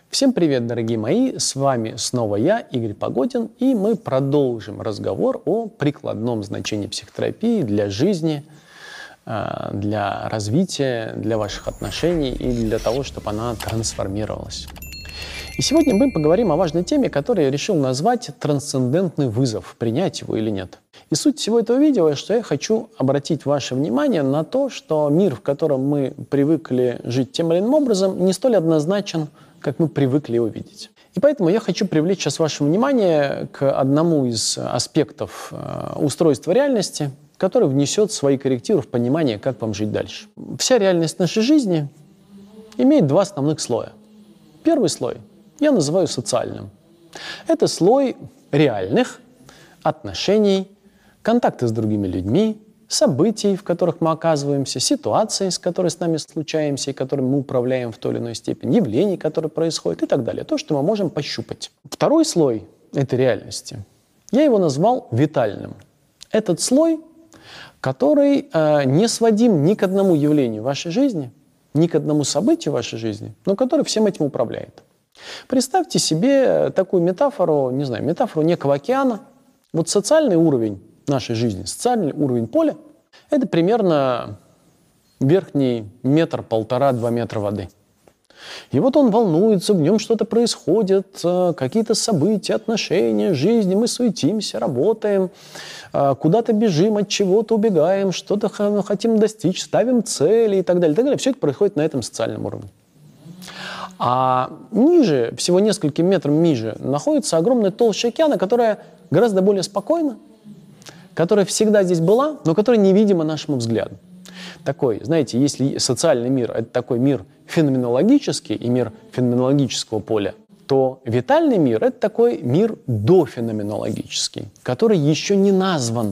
Всем привет, дорогие мои! С вами снова я, Игорь Погодин, и мы продолжим разговор о прикладном значении психотерапии для жизни, для развития, для ваших отношений и для того, чтобы она трансформировалась. И сегодня мы поговорим о важной теме, которую я решил назвать «Трансцендентный вызов», принять его или нет. И суть всего этого видео, что я хочу обратить ваше внимание на то, что мир, в котором мы привыкли жить тем или иным образом, не столь однозначен, как мы привыкли его видеть. И поэтому я хочу привлечь сейчас ваше внимание к одному из аспектов устройства реальности, который внесет свои коррективы в понимание, как вам жить дальше. Вся реальность нашей жизни имеет два основных слоя. Первый слой я называю социальным. Это слой реальных отношений, контакты с другими людьми, событий, в которых мы оказываемся, ситуаций, с которыми с нами случаемся и которыми мы управляем в той или иной степени, явлений, которые происходят и так далее. То, что мы можем пощупать. Второй слой этой реальности, я его назвал витальным. Этот слой, который не сводим ни к одному явлению в вашей жизни, ни к одному событию в вашей жизни, но который всем этим управляет. Представьте себе такую метафору, не знаю, метафору некого океана. Вот социальный уровень нашей жизни, социальный уровень поля – это примерно верхний метр, 1,5–2 метра воды. И вот он волнуется, в нем что-то происходит, какие-то события, отношения, жизни, мы суетимся, работаем, куда-то бежим, от чего-то убегаем, что-то хотим достичь, ставим цели и так далее, и так далее. Все это происходит на этом социальном уровне. А ниже, всего нескольким метрам ниже, находится огромная толща океана, которая гораздо более спокойна, которая всегда здесь была, но которая невидима нашему взгляду. Такой, знаете, если социальный мир – это такой мир феноменологический и мир феноменологического поля, то витальный мир – это такой мир дофеноменологический, который еще не назван.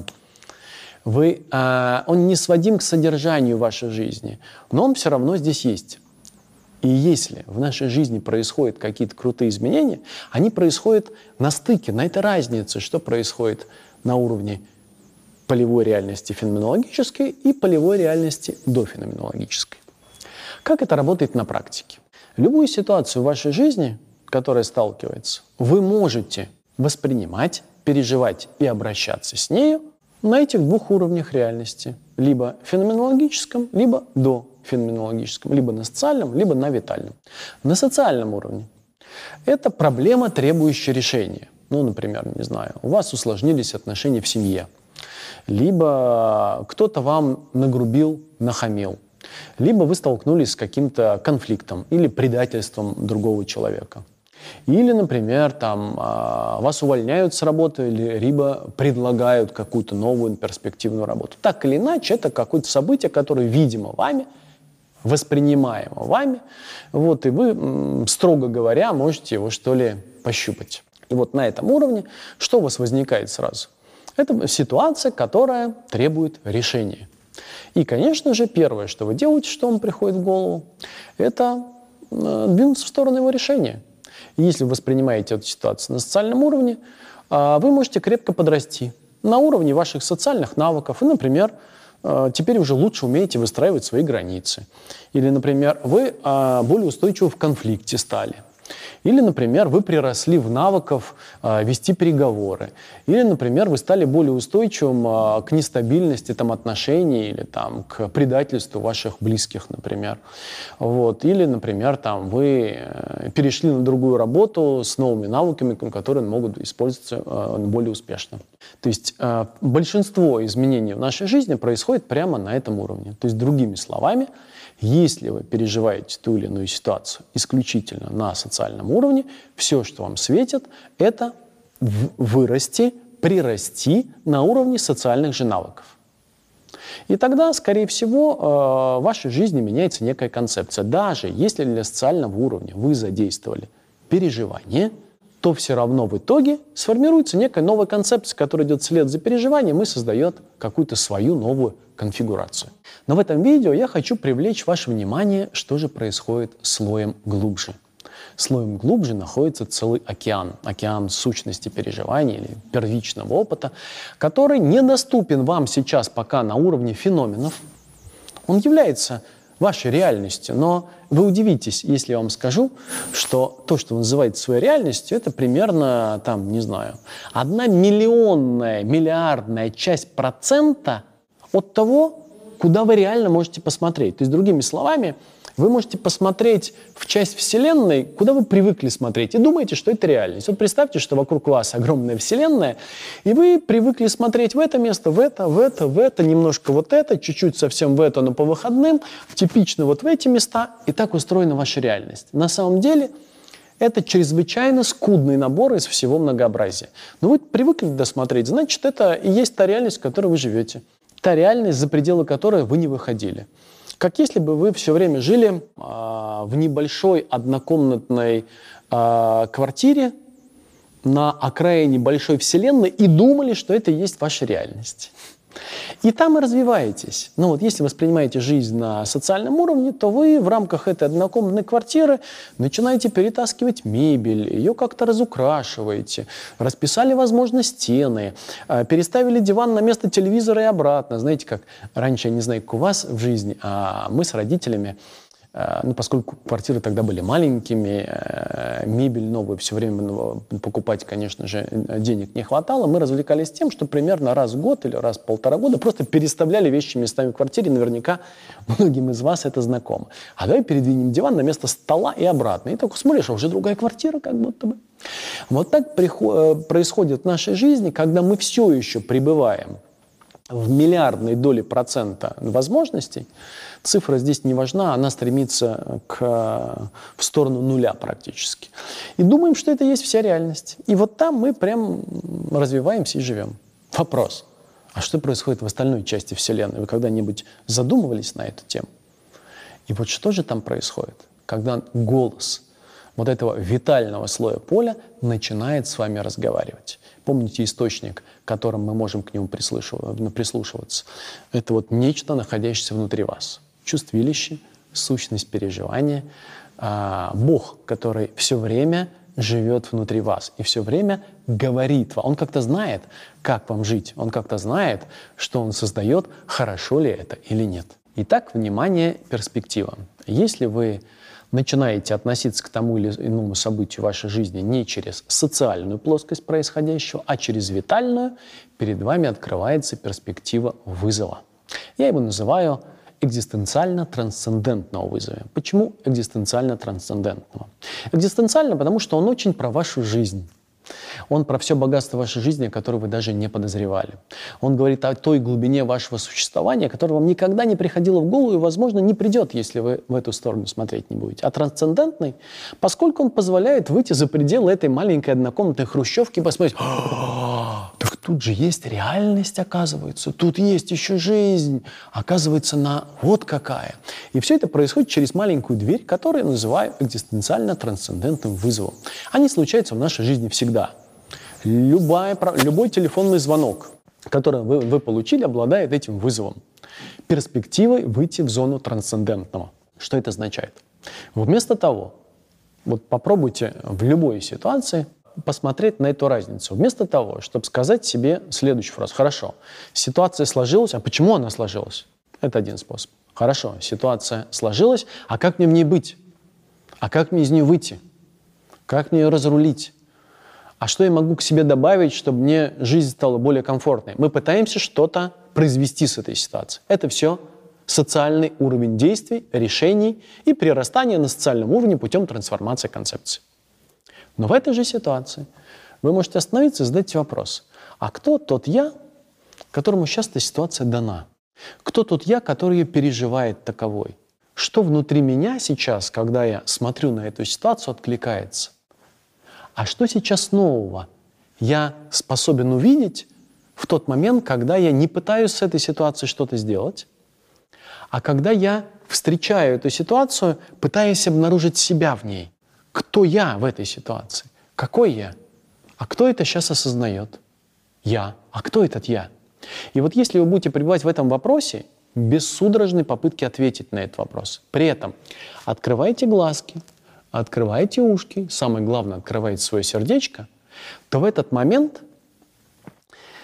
Он не сводим к содержанию вашей жизни, но он все равно здесь есть. И если в нашей жизни происходят какие-то крутые изменения, они происходят на стыке, на этой разнице, что происходит на уровне полевой реальности феноменологической и полевой реальности дофеноменологической. Как это работает на практике? Любую ситуацию в вашей жизни, которая сталкивается, вы можете воспринимать, переживать и обращаться с нею на этих двух уровнях реальности. Либо феноменологическом, либо дофеноменологическом. Либо на социальном, либо на витальном. На социальном уровне это проблема, требующая решения. Ну, например, не знаю, у вас усложнились отношения в семье. Либо кто-то вам нагрубил, нахамил. Либо вы столкнулись с каким-то конфликтом или предательством другого человека. Или, например, вас увольняют с работы, либо предлагают какую-то новую перспективную работу. Так или иначе, это какое-то событие, которое видимо вами, воспринимаемо вами, вот, и вы, строго говоря, можете его, что ли, пощупать. И вот на этом уровне что у вас возникает сразу? Это ситуация, которая требует решения. И, конечно же, первое, что вы делаете, что вам приходит в голову, это двинуться в сторону его решения. И если вы воспринимаете эту ситуацию на социальном уровне, вы можете крепко подрасти на уровне ваших социальных навыков. И, например, теперь уже лучше умеете выстраивать свои границы. Или, например, вы более устойчивы в конфликте стали. Или, например, вы приросли в навыках вести переговоры. Или, например, вы стали более устойчивым к нестабильности отношений или к предательству ваших близких, например. Вот. Или, например, вы перешли на другую работу с новыми навыками, которые могут использоваться более успешно. То есть большинство изменений в нашей жизни происходит прямо на этом уровне. То есть, другими словами, если вы переживаете ту или иную ситуацию исключительно на социальном уровне, все, что вам светит, это вырасти, прирасти на уровне социальных же навыков. И тогда, скорее всего, в вашей жизни меняется некая концепция. Даже если для социального уровня вы задействовали переживание, то все равно в итоге сформируется некая новая концепция, которая идет вслед за переживанием и создает какую-то свою новую конфигурацию. Но в этом видео я хочу привлечь ваше внимание, что же происходит слоем глубже. Слоем глубже находится целый океан, океан сущности переживаний или первичного опыта, который недоступен вам сейчас пока на уровне феноменов. Он является вашей реальностью. Но вы удивитесь, если я вам скажу, что то, что вы называете своей реальностью, это примерно, там, не знаю, 1/1000 000 000 часть процента от того, куда вы реально можете посмотреть. То есть, другими словами, вы можете посмотреть в часть Вселенной, куда вы привыкли смотреть, и думаете, что это реальность. Вот представьте, что вокруг вас огромная Вселенная, и вы привыкли смотреть в это место, в это, немножко вот это, чуть-чуть совсем в это, но по выходным, типично вот в эти места, и так устроена ваша реальность. На самом деле, это чрезвычайно скудный набор из всего многообразия. Но вы привыкли досмотреть, значит, это и есть та реальность, в которой вы живете. Та реальность, за пределы которой вы не выходили. Как если бы вы все время жили в небольшой однокомнатной квартире на окраине большой вселенной и думали, что это и есть ваша реальность. И там и развиваетесь. Но вот если воспринимаете жизнь на социальном уровне, то вы в рамках этой однокомнатной квартиры начинаете перетаскивать мебель, ее как-то разукрашиваете, расписали, возможно, стены, переставили диван на место телевизора и обратно. Знаете, как раньше, я не знаю, как у вас в жизни, а мы с родителями, поскольку квартиры тогда были маленькими, мебель новую все время покупать, конечно же, денег не хватало, мы развлекались тем, что примерно раз в год или раз в 1,5 года просто переставляли вещи местами в квартире, наверняка многим из вас это знакомо. А давай передвинем диван на место стола и обратно. И только смотришь, а уже другая квартира как будто бы. Вот так происходит в нашей жизни, когда мы все еще пребываем в миллиардной доле процента возможностей. Цифра здесь не важна, она стремится в сторону нуля практически. И думаем, что это есть вся реальность. И вот там мы прям развиваемся и живем. Вопрос, а что происходит в остальной части Вселенной? Вы когда-нибудь задумывались на эту тему? И вот что же там происходит, когда голос вот этого витального слоя поля начинает с вами разговаривать? Помните источник, которым мы можем к нему прислушиваться? Это вот нечто, находящееся внутри вас. Чувствилище, сущность переживания, Бог, который все время живет внутри вас и все время говорит вам. Он как-то знает, как вам жить. Он как-то знает, что он создает, хорошо ли это или нет. Итак, внимание, перспектива. Если вы начинаете относиться к тому или иному событию в вашей жизни не через социальную плоскость происходящего, а через витальную, перед вами открывается перспектива вызова. Я его называю экзистенциально-трансцендентного вызова. Почему экзистенциально-трансцендентного? Экзистенциально, потому что он очень про вашу жизнь. Он про все богатство вашей жизни, которое вы даже не подозревали. Он говорит о той глубине вашего существования, которая вам никогда не приходила в голову и, возможно, не придет, если вы в эту сторону смотреть не будете. А трансцендентный, поскольку он позволяет выйти за пределы этой маленькой однокомнатной хрущевки и посмотреть, так тут же есть реальность, оказывается, тут есть еще жизнь, оказывается, вот какая. И все это происходит через маленькую дверь, которую я называю экзистенциально-трансцендентным вызовом. Они случаются в нашей жизни всегда. Любой телефонный звонок, который вы получили, обладает этим вызовом. Перспективой выйти в зону трансцендентного. Что это означает? Вместо того, вот попробуйте в любой ситуации посмотреть на эту разницу. Вместо того, чтобы сказать себе следующую фразу. Хорошо, ситуация сложилась, а почему она сложилась? Это один способ. Хорошо, ситуация сложилась, а как мне в ней быть? А как мне из нее выйти? Как мне ее разрулить? А что я могу к себе добавить, чтобы мне жизнь стала более комфортной? Мы пытаемся что-то произвести с этой ситуации. Это все социальный уровень действий, решений и прирастания на социальном уровне путем трансформации концепции. Но в этой же ситуации вы можете остановиться и задать вопрос. А кто тот я, которому сейчас эта ситуация дана? Кто тот я, который ее переживает таковой? Что внутри меня сейчас, когда я смотрю на эту ситуацию, откликается? А что сейчас нового я способен увидеть в тот момент, когда я не пытаюсь с этой ситуацией что-то сделать, а когда я встречаю эту ситуацию, пытаясь обнаружить себя в ней? Кто я в этой ситуации? Какой я? А кто это сейчас осознает? Я. А кто этот я? И вот если вы будете пребывать в этом вопросе, без судорожной попытки ответить на этот вопрос, при этом открывайте глазки, открываете ушки, самое главное, открываете свое сердечко, то в этот момент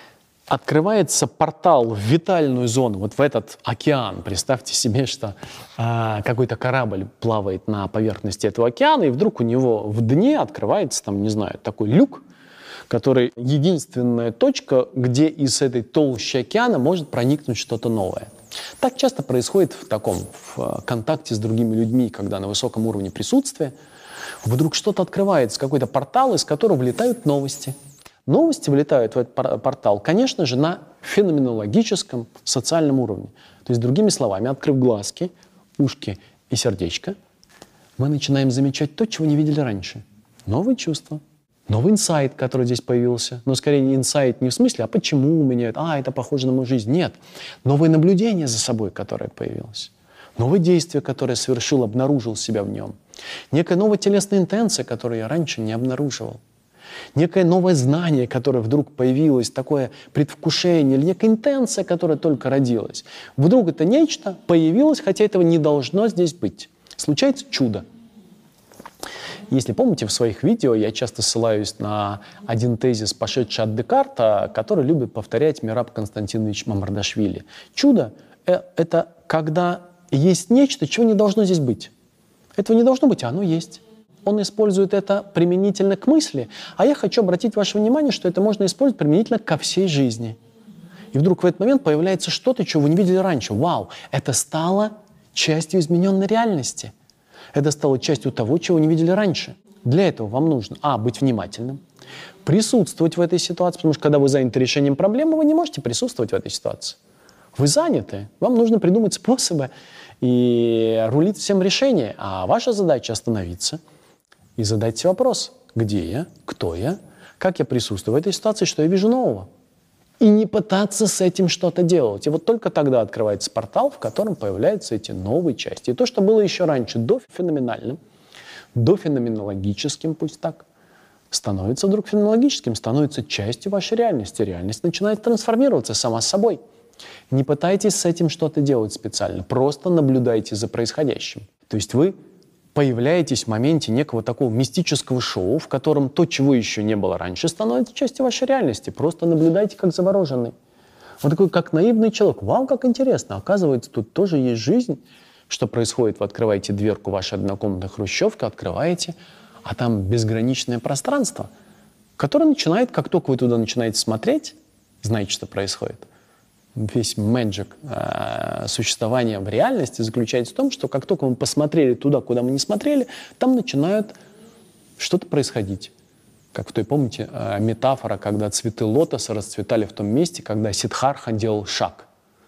открывается портал в витальную зону, вот в этот океан. Представьте себе, что какой-то корабль плавает на поверхности этого океана, и вдруг у него в дне открывается, там, не знаю, такой люк, который единственная точка, где из этой толщи океана может проникнуть что-то новое. Так часто происходит в контакте с другими людьми, когда на высоком уровне присутствия вдруг что-то открывается, какой-то портал, из которого влетают новости. Новости влетают в этот портал, конечно же, на феноменологическом, социальном уровне. То есть, другими словами, открыв глазки, ушки и сердечко, мы начинаем замечать то, чего не видели раньше. Новые чувства, новый инсайт, который здесь появился. Но скорее не инсайт не в смысле, а почему у меня это похоже на мою жизнь. Нет. Новое наблюдение за собой, которое появилось. Новое действие, которое совершил, обнаружил себя в нем. Некая новая телесная интенция, которую я раньше не обнаруживал. Некое новое знание, которое вдруг появилось, такое предвкушение, или некая интенция, которая только родилась. Вдруг это нечто появилось, хотя этого не должно здесь быть. Случается чудо. Если помните, в своих видео я часто ссылаюсь на один тезис, пошедший от Декарта, который любит повторять Мераб Константинович Мамардашвили. Чудо — это когда есть нечто, чего не должно здесь быть. Этого не должно быть, а оно есть. Он использует это применительно к мысли, а я хочу обратить ваше внимание, что это можно использовать применительно ко всей жизни. И вдруг в этот момент появляется что-то, чего вы не видели раньше. Вау! Это стало частью измененной реальности. Это стало частью того, чего не видели раньше. Для этого вам нужно, быть внимательным, присутствовать в этой ситуации, потому что когда вы заняты решением проблемы, вы не можете присутствовать в этой ситуации. Вы заняты, вам нужно придумать способы и рулить всем решением. А ваша задача остановиться и задать себе вопрос: где я, кто я, как я присутствую в этой ситуации, что я вижу нового. И не пытаться с этим что-то делать. И вот только тогда открывается портал, в котором появляются эти новые части. И то, что было еще раньше дофеноменальным, дофеноменологическим, пусть так, становится вдруг феноменологическим, становится частью вашей реальности. Реальность начинает трансформироваться сама собой. Не пытайтесь с этим что-то делать специально, просто наблюдайте за происходящим. То есть вы появляетесь в моменте некого такого мистического шоу, в котором то, чего еще не было раньше, становится частью вашей реальности. Просто наблюдайте как завороженный. Вот такой, как наивный человек. Вау, как интересно. Оказывается, тут тоже есть жизнь. Что происходит? Вы открываете дверку вашей однокомнатной хрущевки, открываете, а там безграничное пространство, которое начинает, как только вы туда начинаете смотреть, знаете, что происходит. Весь magic существования в реальности заключается в том, что как только мы посмотрели туда, куда мы не смотрели, там начинает что-то происходить. Как в той, помните, метафора, когда цветы лотоса расцветали в том месте, когда Сиддхартха делал шаг,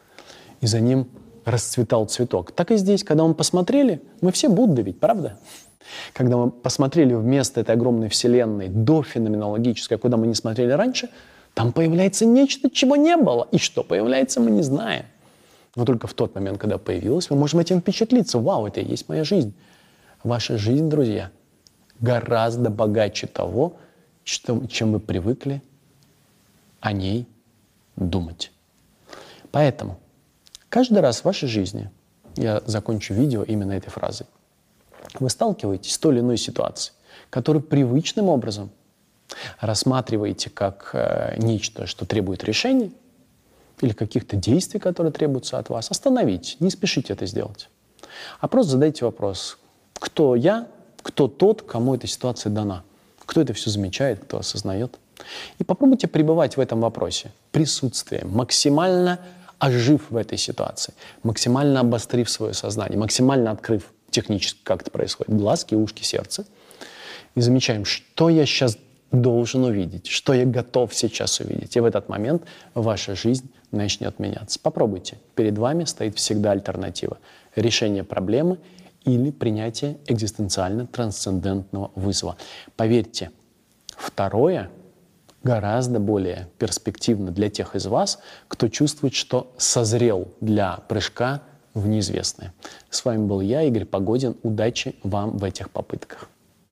и за ним расцветал цветок. Так и здесь, когда мы посмотрели, мы все Будды ведь, правда? Когда мы посмотрели вместо этой огромной вселенной дофеноменологической, куда мы не смотрели раньше, там появляется нечто, чего не было. И что появляется, мы не знаем. Но только в тот момент, когда появилось, мы можем этим впечатлиться. Вау, это и есть моя жизнь. Ваша жизнь, друзья, гораздо богаче того, чем вы привыкли о ней думать. Поэтому каждый раз в вашей жизни, я закончу видео именно этой фразой, вы сталкиваетесь с той или иной ситуацией, которую привычным образом рассматриваете как нечто, что требует решения или каких-то действий, которые требуются от вас. Остановите, не спешите это сделать. А просто задайте вопрос: кто я, кто тот, кому эта ситуация дана, кто это все замечает, кто осознает. И попробуйте пребывать в этом вопросе присутствием, максимально ожив в этой ситуации, максимально обострив свое сознание, максимально открыв технически, как это происходит, глазки, ушки, сердце, и замечаем, что я сейчас должен увидеть, что я готов сейчас увидеть. И в этот момент ваша жизнь начнет меняться. Попробуйте. Перед вами стоит всегда альтернатива. Решение проблемы или принятие экзистенциально-трансцендентного вызова. Поверьте, второе гораздо более перспективно для тех из вас, кто чувствует, что созрел для прыжка в неизвестное. С вами был я, Игорь Погодин. Удачи вам в этих попытках.